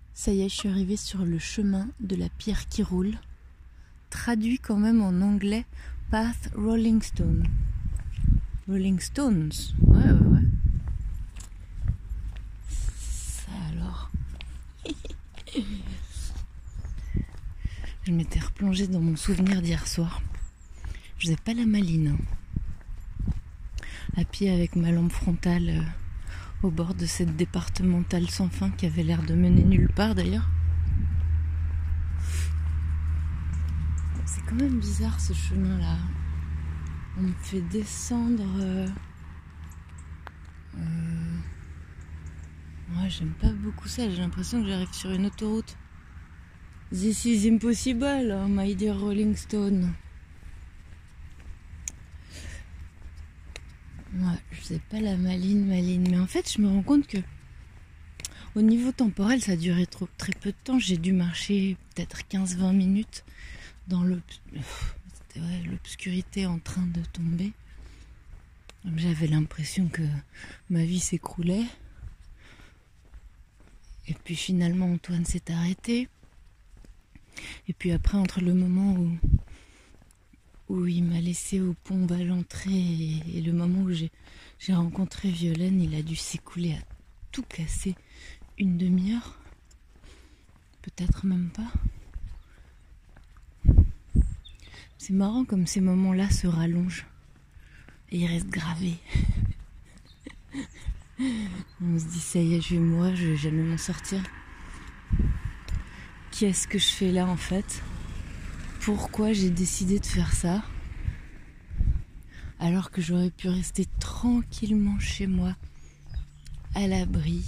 Ça y est, je suis arrivée sur le chemin de la pierre qui roule, traduit quand même en anglais Path Rolling Stone. Rolling Stones, ouais. Ça alors. Je m'étais replongée dans mon souvenir d'hier soir. Je faisais pas la maline. À pied avec ma lampe frontale au bord de cette départementale sans fin qui avait l'air de mener nulle part d'ailleurs. C'est quand même bizarre ce chemin-là. On me fait descendre... Ouais, j'aime pas beaucoup ça. J'ai l'impression que j'arrive sur une autoroute. This is impossible, my dear Rolling Stone. Ouais, je sais pas la maline. Mais en fait, je me rends compte que au niveau temporel, ça a duré très peu de temps. J'ai dû marcher peut-être 15-20 minutes dans l'obscurité en train de tomber. J'avais l'impression que ma vie s'écroulait. Et puis finalement, Antoine s'est arrêté. Et puis après, entre le moment où il m'a laissé au pont Valentré et le moment où j'ai rencontré Violaine, il a dû s'écouler à tout casser une demi-heure. Peut-être même pas. C'est marrant comme ces moments-là se rallongent. Et ils restent gravés. On se dit, ça y est, je vais mourir, je vais jamais m'en sortir. Qu'est-ce que je fais là en fait ? Pourquoi j'ai décidé de faire ça ? Alors que j'aurais pu rester tranquillement chez moi, à l'abri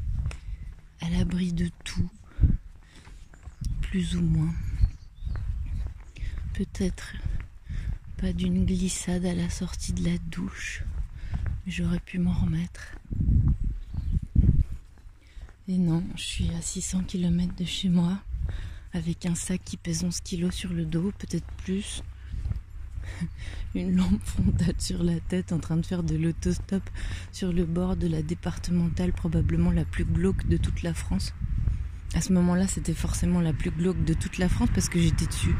de tout, plus ou moins. Peut-être pas d'une glissade à la sortie de la douche, mais j'aurais pu m'en remettre. Et non, je suis à 600 km de chez moi, avec un sac qui pèse 11 kilos sur le dos, peut-être plus. Une lampe frontale sur la tête, en train de faire de l'autostop sur le bord de la départementale, probablement la plus glauque de toute la France. À ce moment-là, c'était forcément la plus glauque de toute la France parce que j'étais dessus.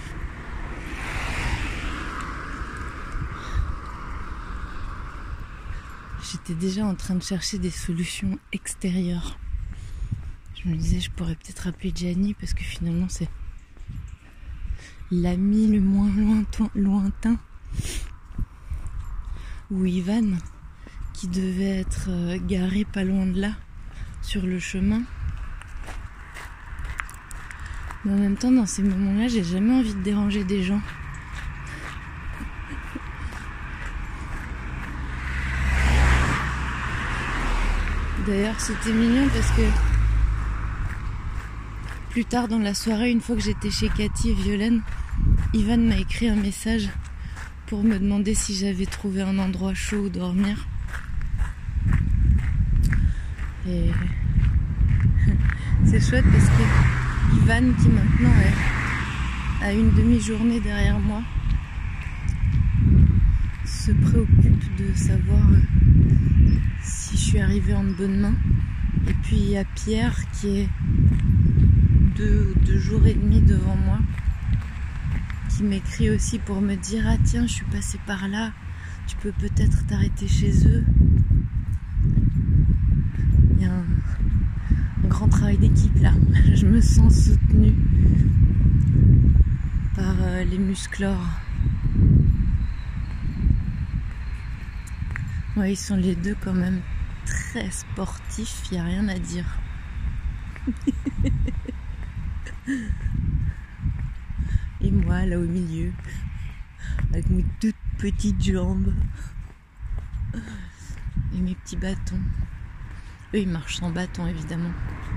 J'étais déjà en train de chercher des solutions extérieures. Je me disais, je pourrais peut-être appeler Gianni parce que finalement, c'est l'ami le moins lointain. Ou Ivan, qui devait être garé pas loin de là, sur le chemin. Mais en même temps, dans ces moments-là, j'ai jamais envie de déranger des gens. D'ailleurs, c'était mignon parce que plus tard dans la soirée, une fois que j'étais chez Cathy et Violaine, Ivan m'a écrit un message pour me demander si j'avais trouvé un endroit chaud où dormir. Et c'est chouette parce que Ivan, qui maintenant a une demi-journée derrière moi, se préoccupe de savoir si je suis arrivée en de bonnes mains. Et puis il y a Pierre qui est 2 jours et demi devant moi, qui m'écrit aussi pour me dire « Ah tiens, je suis passée par là, tu peux peut-être t'arrêter chez eux ». Il y a un grand travail d'équipe là. Je me sens soutenue par les musclores. Ouais, ils sont les deux quand même très sportifs, il n'y a rien à dire. Et moi là au milieu, avec mes toutes petites jambes et mes petits bâtons. Eux ils marchent sans bâton évidemment.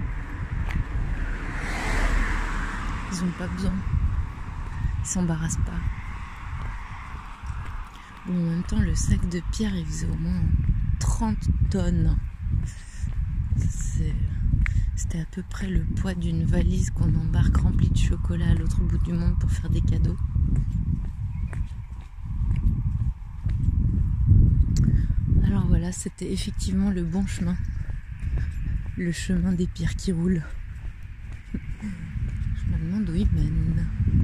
Ils n'ont pas besoin. Ils s'embarrassent pas. Bon, en même temps, le sac de Pierre il faisait au moins 30 tonnes. C'était à peu près le poids d'une valise qu'on embarque remplie de chocolat à l'autre bout du monde pour faire des cadeaux. Alors voilà, c'était effectivement le bon chemin. Le chemin des pierres qui roulent. Je me demande où ils mènent.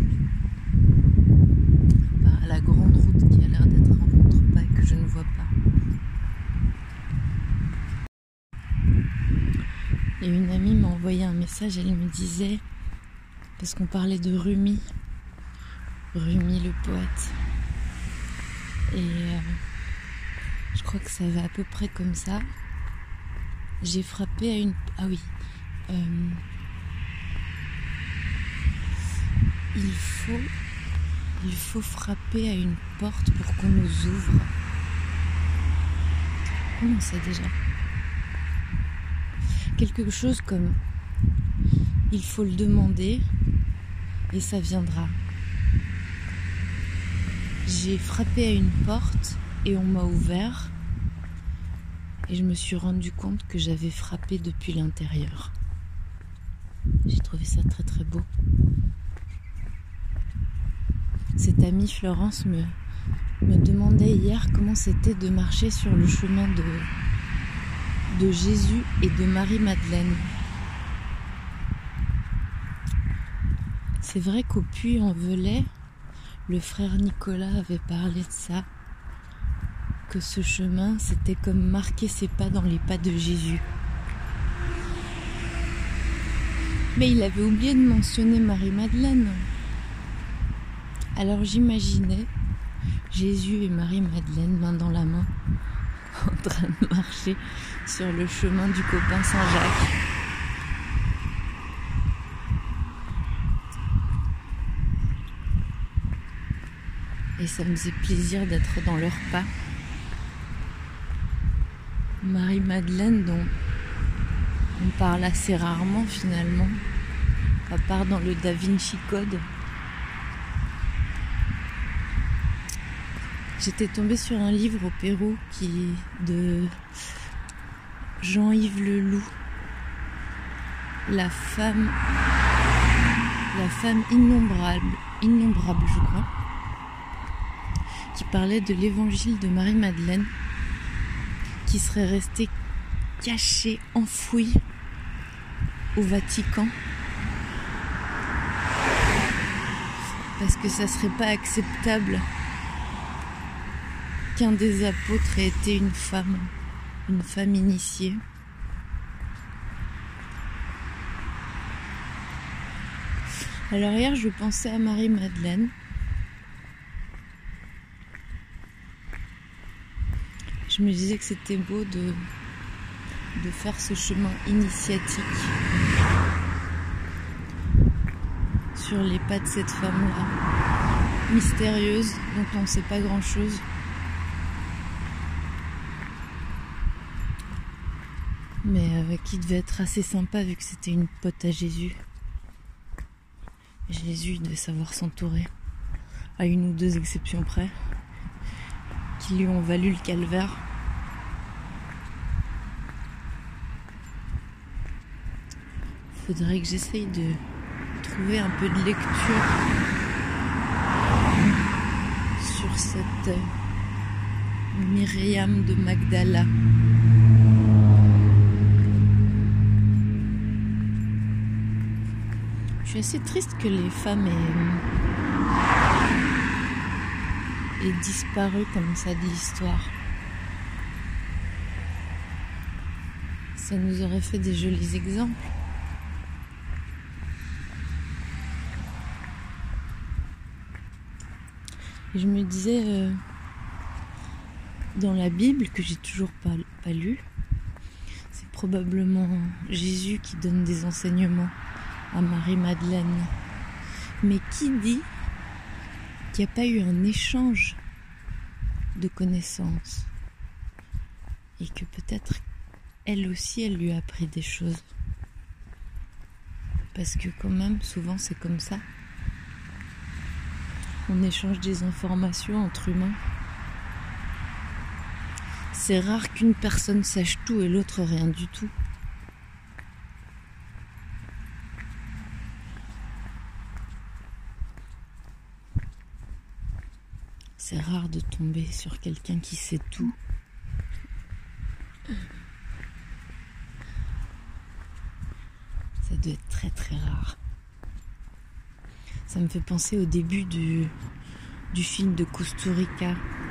À la grande route qui a l'air d'être en contrebas et que je ne vois pas. Et une amie m'a envoyé un message, elle me disait, parce qu'on parlait de Rumi le poète, et je crois que ça va à peu près comme ça. J'ai frappé à une... Ah oui. Il faut frapper à une porte pour qu'on nous ouvre. Comment ça déjà ? Quelque chose comme il faut le demander et ça viendra. J'ai frappé à une porte et on m'a ouvert et je me suis rendu compte que j'avais frappé depuis l'intérieur. J'ai trouvé ça très très beau. Cette amie Florence me demandait hier comment c'était de marcher sur le chemin de Jésus et de Marie-Madeleine. C'est vrai qu'au Puy-en-Velay, le frère Nicolas avait parlé de ça, que ce chemin, c'était comme marquer ses pas dans les pas de Jésus. Mais il avait oublié de mentionner Marie-Madeleine. Alors j'imaginais Jésus et Marie-Madeleine, main dans la main, en train de marcher sur le chemin du copain Saint-Jacques. Et ça me faisait plaisir d'être dans leurs pas. Marie-Madeleine, dont on parle assez rarement finalement, à part dans le Da Vinci Code. J'étais tombée sur un livre au Pérou de Jean-Yves Leloup, la femme innombrable je crois, qui parlait de l'évangile de Marie-Madeleine qui serait resté caché, enfoui au Vatican parce que ça serait pas acceptable qu'un des apôtres ait été une femme initiée. Alors hier, je pensais à Marie-Madeleine. Je me disais que c'était beau de faire ce chemin initiatique sur les pas de cette femme-là, mystérieuse, dont on ne sait pas grand-chose. Mais qui devait être assez sympa vu que c'était une pote à Jésus. Jésus, il devait savoir s'entourer, à une ou deux exceptions près, qui lui ont valu le calvaire. Faudrait que j'essaye de trouver un peu de lecture sur cette Myriam de Magdala. Je suis assez triste que les femmes aient disparu comme ça de l'histoire. Ça nous aurait fait des jolis exemples. Et je me disais, dans la Bible, que j'ai toujours pas lu, c'est probablement Jésus qui donne des enseignements à Marie-Madeleine. Mais qui dit qu'il n'y a pas eu un échange de connaissances et que peut-être elle aussi, elle lui a appris des choses? Parce que quand même, souvent c'est comme ça. On échange des informations entre humains. C'est rare qu'une personne sache tout et l'autre rien du tout. C'est rare de tomber sur quelqu'un qui sait tout. Ça doit être très très rare. Ça me fait penser au début du film de Kusturica,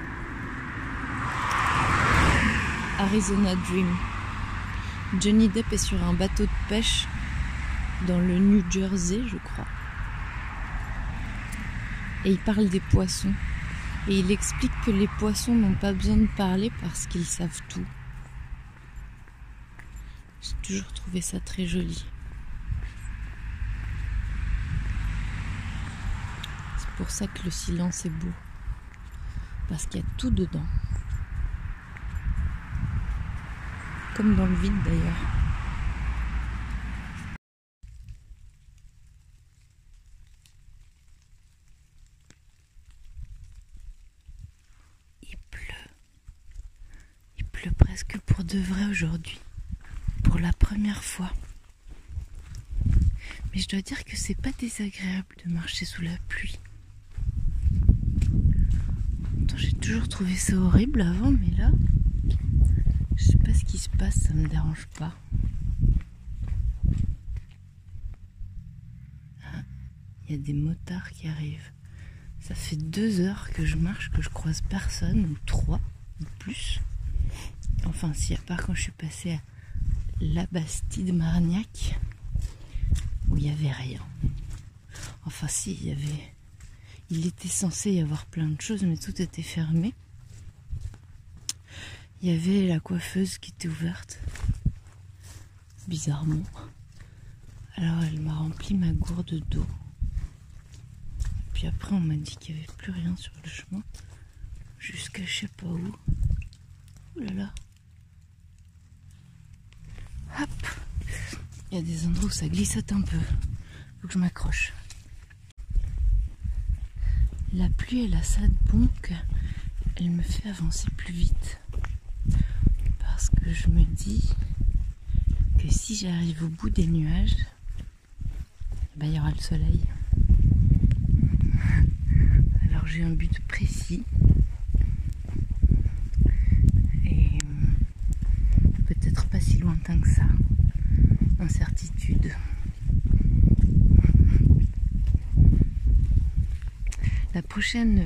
Arizona Dream. Johnny Depp est sur un bateau de pêche dans le New Jersey, je crois. Et il parle des poissons. Et il explique que les poissons n'ont pas besoin de parler parce qu'ils savent tout. J'ai toujours trouvé ça très joli. C'est pour ça que le silence est beau. Parce qu'il y a tout dedans. Comme dans le vide d'ailleurs. Il pleut presque pour de vrai aujourd'hui. Pour la première fois. Mais je dois dire que c'est pas désagréable de marcher sous la pluie. J'ai toujours trouvé ça horrible avant, mais là, je sais pas ce qui se passe, ça me dérange pas. Ah, il y a des motards qui arrivent. Ça fait 2 heures que je marche, que je croise personne, ou 3, ou plus. Enfin, si, à part quand je suis passée à la Bastide-Margnac, où il n'y avait rien. Enfin si, il était censé y avoir plein de choses, mais tout était fermé. Il y avait la coiffeuse qui était ouverte, bizarrement. Alors elle m'a rempli ma gourde d'eau. Puis après on m'a dit qu'il n'y avait plus rien sur le chemin, jusqu'à je sais pas où. Ouh là là. Hop. Il y a des endroits où ça glissote un peu. Faut que je m'accroche. La pluie, elle a ça de bon qu'elle me fait avancer plus vite. Parce que je me dis que si j'arrive au bout des nuages, il y aura le soleil. Alors j'ai un but précis. Et peut-être pas si lointain que ça. Incertitude. La prochaine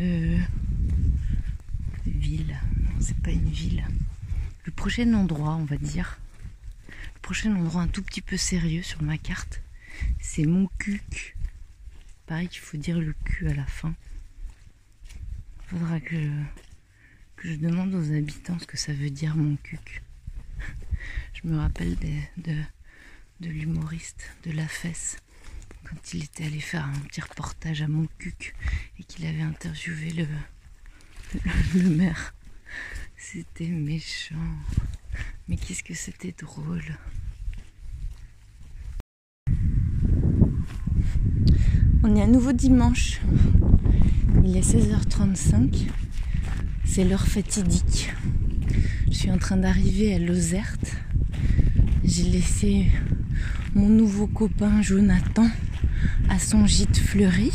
ville, non c'est pas une ville, le prochain endroit on va dire, le prochain endroit un tout petit peu sérieux sur ma carte, c'est Montcuq. Pareil qu'il faut dire le cul à la fin. Faudra que je demande aux habitants ce que ça veut dire Montcuq. Je me rappelle de l'humoriste de La Fesse, quand il était allé faire un petit reportage à Montcuq et qu'il avait interviewé le maire. C'était méchant. Mais qu'est-ce que c'était drôle. On est à nouveau dimanche. Il est 16h35. C'est l'heure fatidique. Je suis en train d'arriver à Lozerte. J'ai laissé mon nouveau copain Jonathan à son gîte fleuri.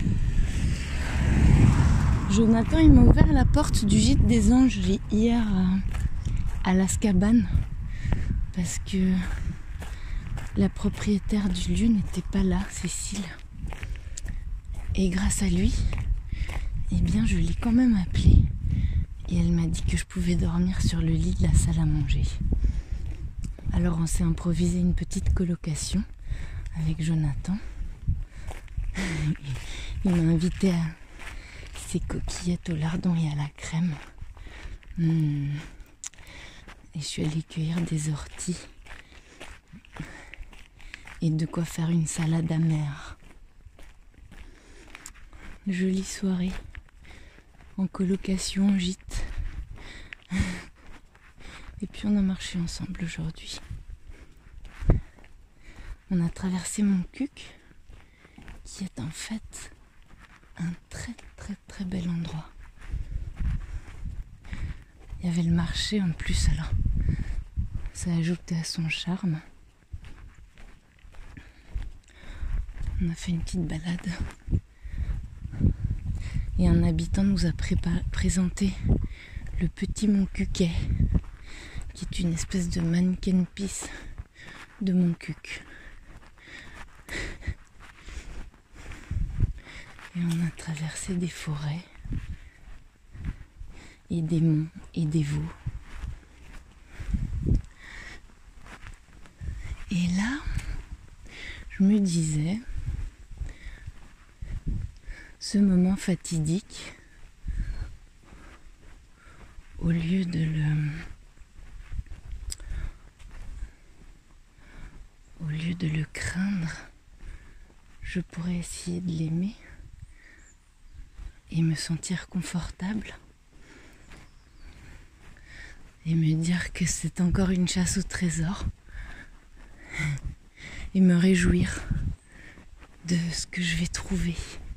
Jonathan, il m'a ouvert la porte du gîte des Anges hier à l'Azkaban parce que la propriétaire du lieu n'était pas là, Cécile. Et grâce à lui, eh bien, je l'ai quand même appelée et elle m'a dit que je pouvais dormir sur le lit de la salle à manger. Alors on s'est improvisé une petite colocation avec Jonathan. Il m'a invité à ses coquillettes au lardon et à la crème. Et je suis allée cueillir des orties. Et de quoi faire une salade amère. Jolie soirée. En colocation, en gîte. Et puis on a marché ensemble aujourd'hui. On a traversé Montcuq, qui est en fait un très très très bel endroit. Il y avait le marché en plus, alors ça ajoutait à son charme. On a fait une petite balade. Et un habitant nous a présenté le petit Montcuquet, qui est une espèce de mannequin piece de Montcuq. Et on a traversé des forêts, et des monts, et des vaux. Et là, je me disais, ce moment fatidique, au lieu de le craindre, je pourrais essayer de l'aimer et me sentir confortable et me dire que c'est encore une chasse au trésor et me réjouir de ce que je vais trouver.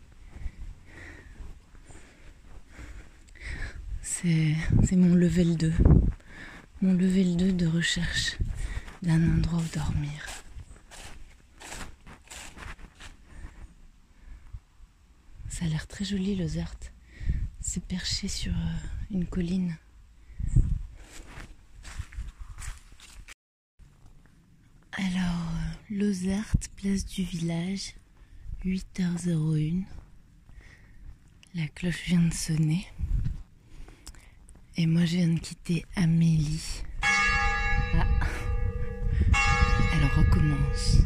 C'est mon level 2. Mon level 2 de recherche d'un endroit où dormir. Ça a l'air très joli, Lozerte. C'est perché sur une colline. Alors, Lozerte, place du village, 8h01. La cloche vient de sonner. Et moi, je viens de quitter Amélie. Ah, elle recommence.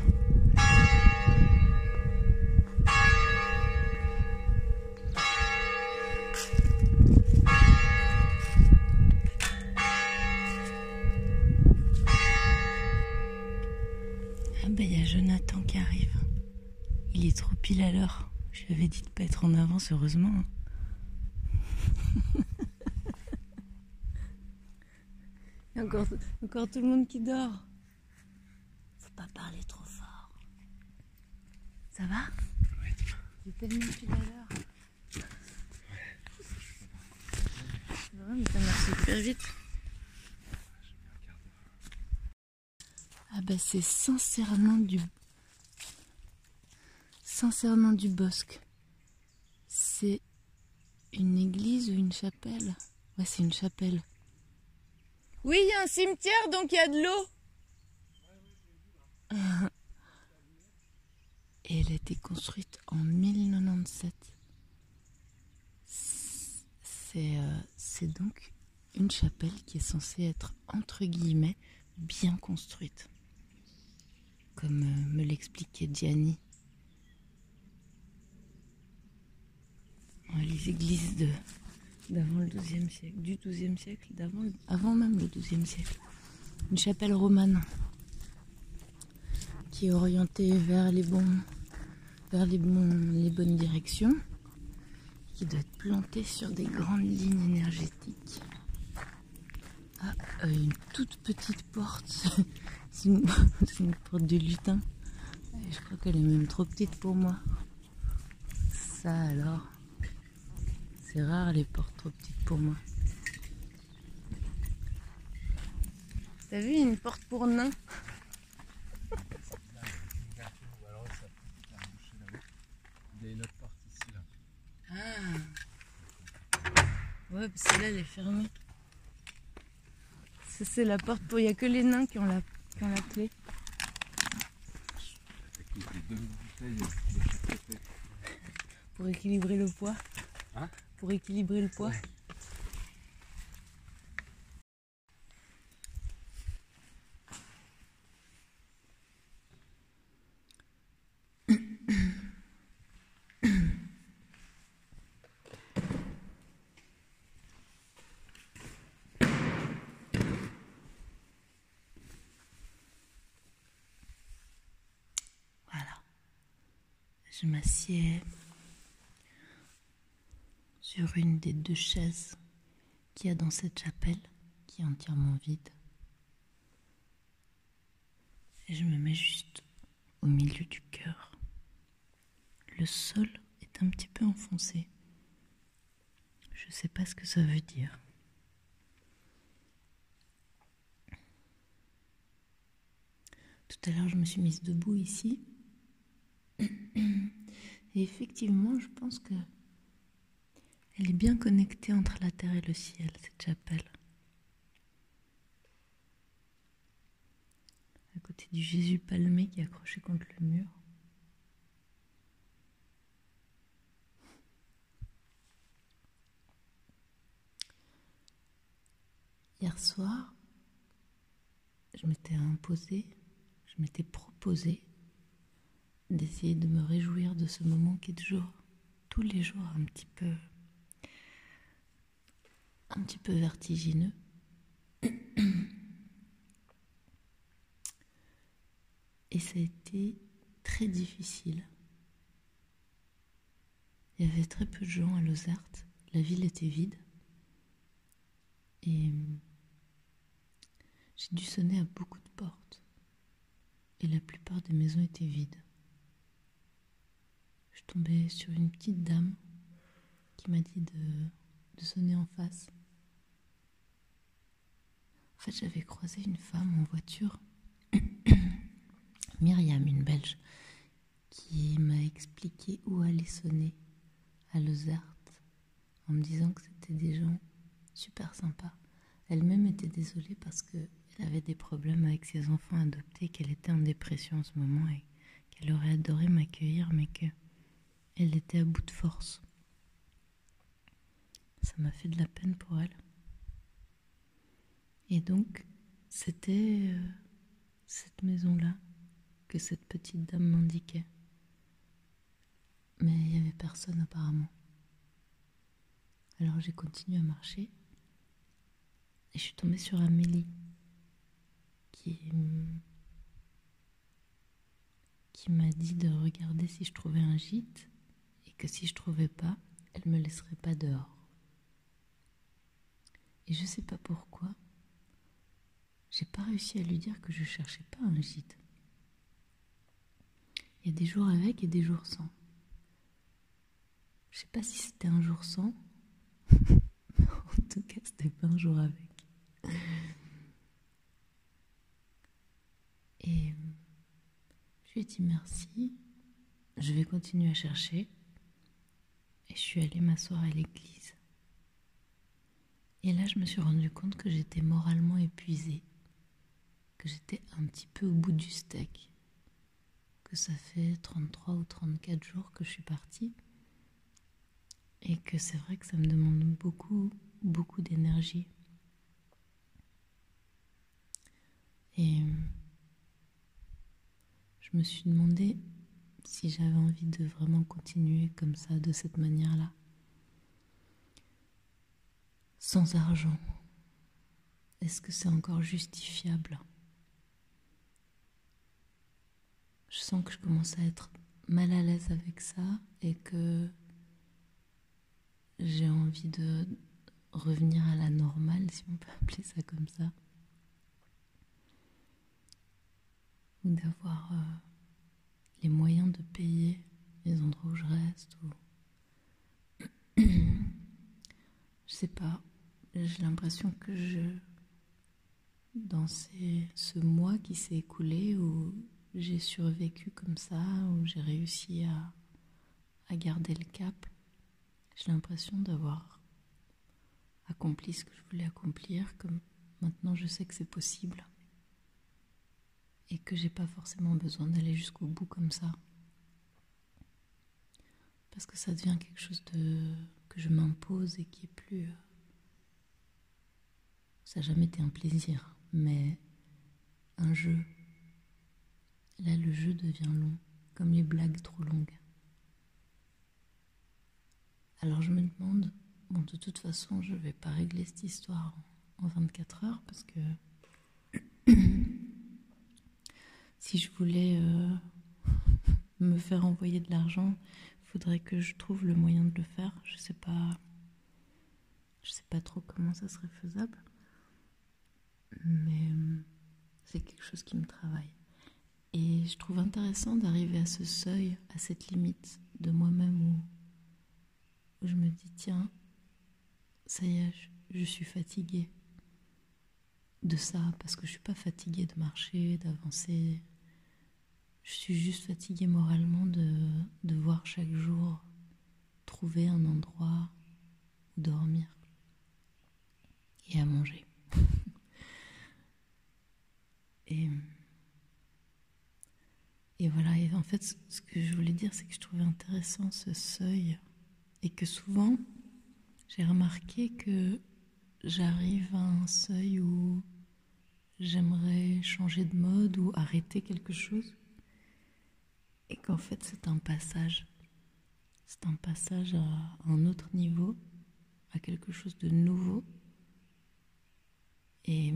Ah bah, il y a Jonathan qui arrive. Il est trop pile à l'heure. Je lui avais dit de pas être en avance, heureusement. Il y a encore tout le monde qui dort. Faut pas parler trop fort. Ça va? Ouais. J'ai tellement pile à l'heure. Ouais, mais ça marche super vite. Ah bah c'est Saint-Sernin du Bosc. C'est une église ou une chapelle? Ouais, c'est une chapelle. Oui, il y a un cimetière, donc il y a de l'eau. Et elle a été construite en 1097. C'est donc une chapelle qui est censée être, entre guillemets, bien construite. Comme me l'expliquait Gianni. Les églises d'avant le XIIe siècle, du XIIe siècle, avant même le XIIe siècle. Une chapelle romane qui est orientée vers les bonnes directions, qui doit être plantée sur des grandes lignes énergétiques. Ah, une toute petite porte, c'est une porte de lutin. Et je crois qu'elle est même trop petite pour moi. Ça alors, c'est rare les portes trop petites pour moi. T'as vu une porte pour nains? Il y a une autre porte ici là. Ah. Ouais, celle-là elle est fermée. C'est la porte pour. Il n'y a que les nains qui ont la clé. Avec les demi-bouteilles de chaque côté. Pour équilibrer le poids. Hein? Pour équilibrer le poids. Ouais. Voilà. Je m'assieds sur une des 2 chaises qu'il y a dans cette chapelle, qui est entièrement vide. Et je me mets juste au milieu du chœur. Le sol est un petit peu enfoncé. Je ne sais pas ce que ça veut dire. Tout à l'heure, je me suis mise debout ici. Et effectivement, je pense que elle est bien connectée entre la terre et le ciel, cette chapelle. À côté du Jésus palmé qui est accroché contre le mur. Hier soir, je m'étais proposé d'essayer de me réjouir de ce moment qui est toujours, tous les jours, un petit peu vertigineux. Et ça a été très difficile. Il y avait très peu de gens à Lozerte, la ville était vide. Et j'ai dû sonner à beaucoup de portes. Et la plupart des maisons étaient vides. Je suis tombée sur une petite dame qui m'a dit de sonner en face. En fait, j'avais croisé une femme en voiture, Myriam, une Belge, qui m'a expliqué où aller sonner à Lozerte en me disant que c'était des gens super sympas. Elle-même était désolée parce qu'elle avait des problèmes avec ses enfants adoptés, qu'elle était en dépression en ce moment et qu'elle aurait adoré m'accueillir, mais qu'elle était à bout de force. Ça m'a fait de la peine pour elle. Et donc, c'était cette maison-là que cette petite dame m'indiquait. Mais il n'y avait personne apparemment. Alors j'ai continué à marcher et je suis tombée sur Amélie qui m'a dit de regarder si je trouvais un gîte et que si je trouvais pas, elle me laisserait pas dehors. Et je sais pas pourquoi, j'ai pas réussi à lui dire que je cherchais pas un gîte. Il y a des jours avec et des jours sans. Je sais pas si c'était un jour sans. En tout cas, c'était pas un jour avec. Et je lui ai dit merci. Je vais continuer à chercher. Et je suis allée m'asseoir à l'église. Et là, je me suis rendu compte que j'étais moralement épuisée. Que j'étais un petit peu au bout du steak. Que ça fait 33 ou 34 jours que je suis partie. Et que c'est vrai que ça me demande beaucoup, beaucoup d'énergie. Et je me suis demandé si j'avais envie de vraiment continuer comme ça, de cette manière-là. Sans argent. Est-ce que c'est encore justifiable ? Je sens que je commence à être mal à l'aise avec ça et que j'ai envie de revenir à la normale, si on peut appeler ça comme ça. Ou d'avoir les moyens de payer les endroits où je reste. Ou... je sais pas, j'ai l'impression que dans ce mois qui s'est écoulé, où j'ai survécu comme ça, où j'ai réussi à garder le cap, j'ai l'impression d'avoir accompli ce que je voulais accomplir, comme maintenant je sais que c'est possible et que j'ai pas forcément besoin d'aller jusqu'au bout comme ça, parce que ça devient quelque chose que je m'impose et qui est plus... ça n'a jamais été un plaisir, mais un jeu. Là, le jeu devient long, comme les blagues trop longues. Alors je me demande, bon, de toute façon, je ne vais pas régler cette histoire en 24 heures, parce que si je voulais me faire envoyer de l'argent, il faudrait que je trouve le moyen de le faire. Je sais pas trop comment ça serait faisable, mais c'est quelque chose qui me travaille. Et je trouve intéressant d'arriver à ce seuil, à cette limite de moi-même où je me dis, tiens, ça y est, je suis fatiguée de ça, parce que je suis pas fatiguée de marcher, d'avancer. Je suis juste fatiguée moralement de devoir chaque jour trouver un endroit où dormir et à manger. Et voilà, et en fait, ce que je voulais dire, c'est que je trouvais intéressant ce seuil, et que souvent, j'ai remarqué que j'arrive à un seuil où j'aimerais changer de mode ou arrêter quelque chose, et qu'en fait c'est un passage. C'est un passage à un autre niveau, à quelque chose de nouveau. Et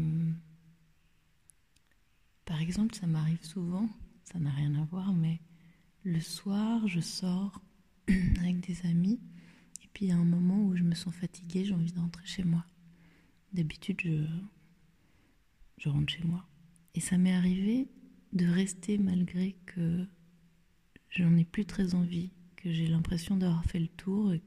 par exemple, ça m'arrive souvent, ça n'a rien à voir, mais le soir, je sors avec des amis, et puis il y a un moment où je me sens fatiguée, j'ai envie de rentrer chez moi. D'habitude, je rentre chez moi. Et ça m'est arrivé de rester malgré que j'en ai plus très envie, que j'ai l'impression d'avoir fait le tour et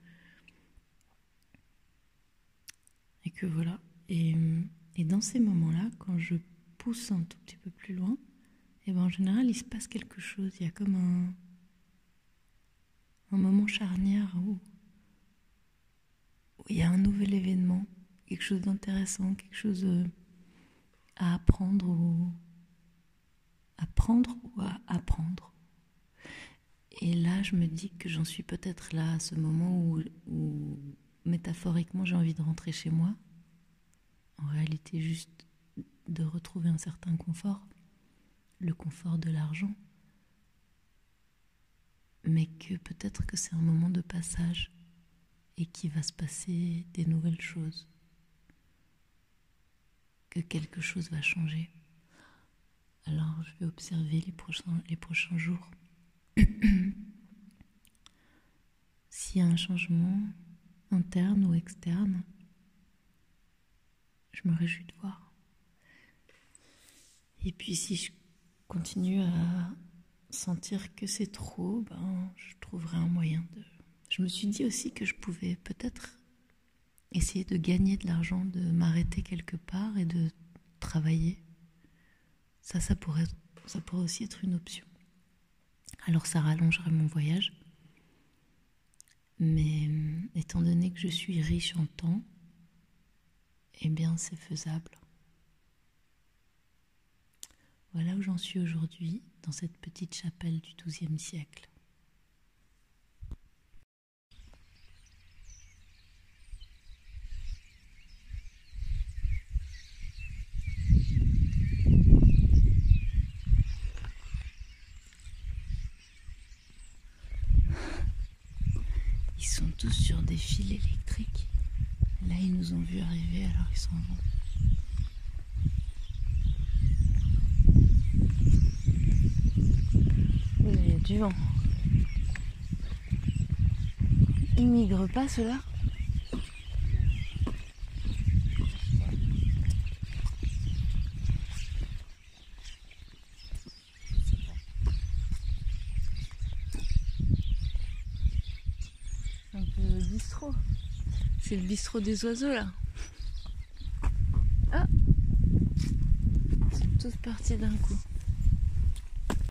que voilà. Et dans ces moments-là, quand je pousse un tout petit peu plus loin, et ben en général, il se passe quelque chose. Il y a comme un moment charnière où il y a un nouvel événement, quelque chose d'intéressant, quelque chose à apprendre ou à apprendre. Et là, je me dis que j'en suis peut-être là, à ce moment où métaphoriquement, j'ai envie de rentrer chez moi. En réalité, juste de retrouver un certain confort, le confort de l'argent. Mais que peut-être que c'est un moment de passage et qu'il va se passer des nouvelles choses. Que quelque chose va changer. Alors, je vais observer les prochains jours. S'il y a un changement interne ou externe, je me réjouis de voir. Et puis si je continue à sentir que c'est trop, je trouverai un moyen de... Je me suis dit aussi que je pouvais peut-être essayer de gagner de l'argent, de m'arrêter quelque part et de travailler. Ça pourrait aussi être une option. Alors ça rallongerait mon voyage. Mais étant donné que je suis riche en temps, eh bien c'est faisable. Voilà où j'en suis aujourd'hui, dans cette petite chapelle du XIIe siècle. Ils sont tous sur des fils électriques. Là, ils nous ont vus arriver, alors ils s'en vont. Il y a du vent. Ils migrent pas, ceux-là ? C'est un peu le bistrot. C'est le bistrot des oiseaux, là. Ah ! Ils sont tous partis d'un coup.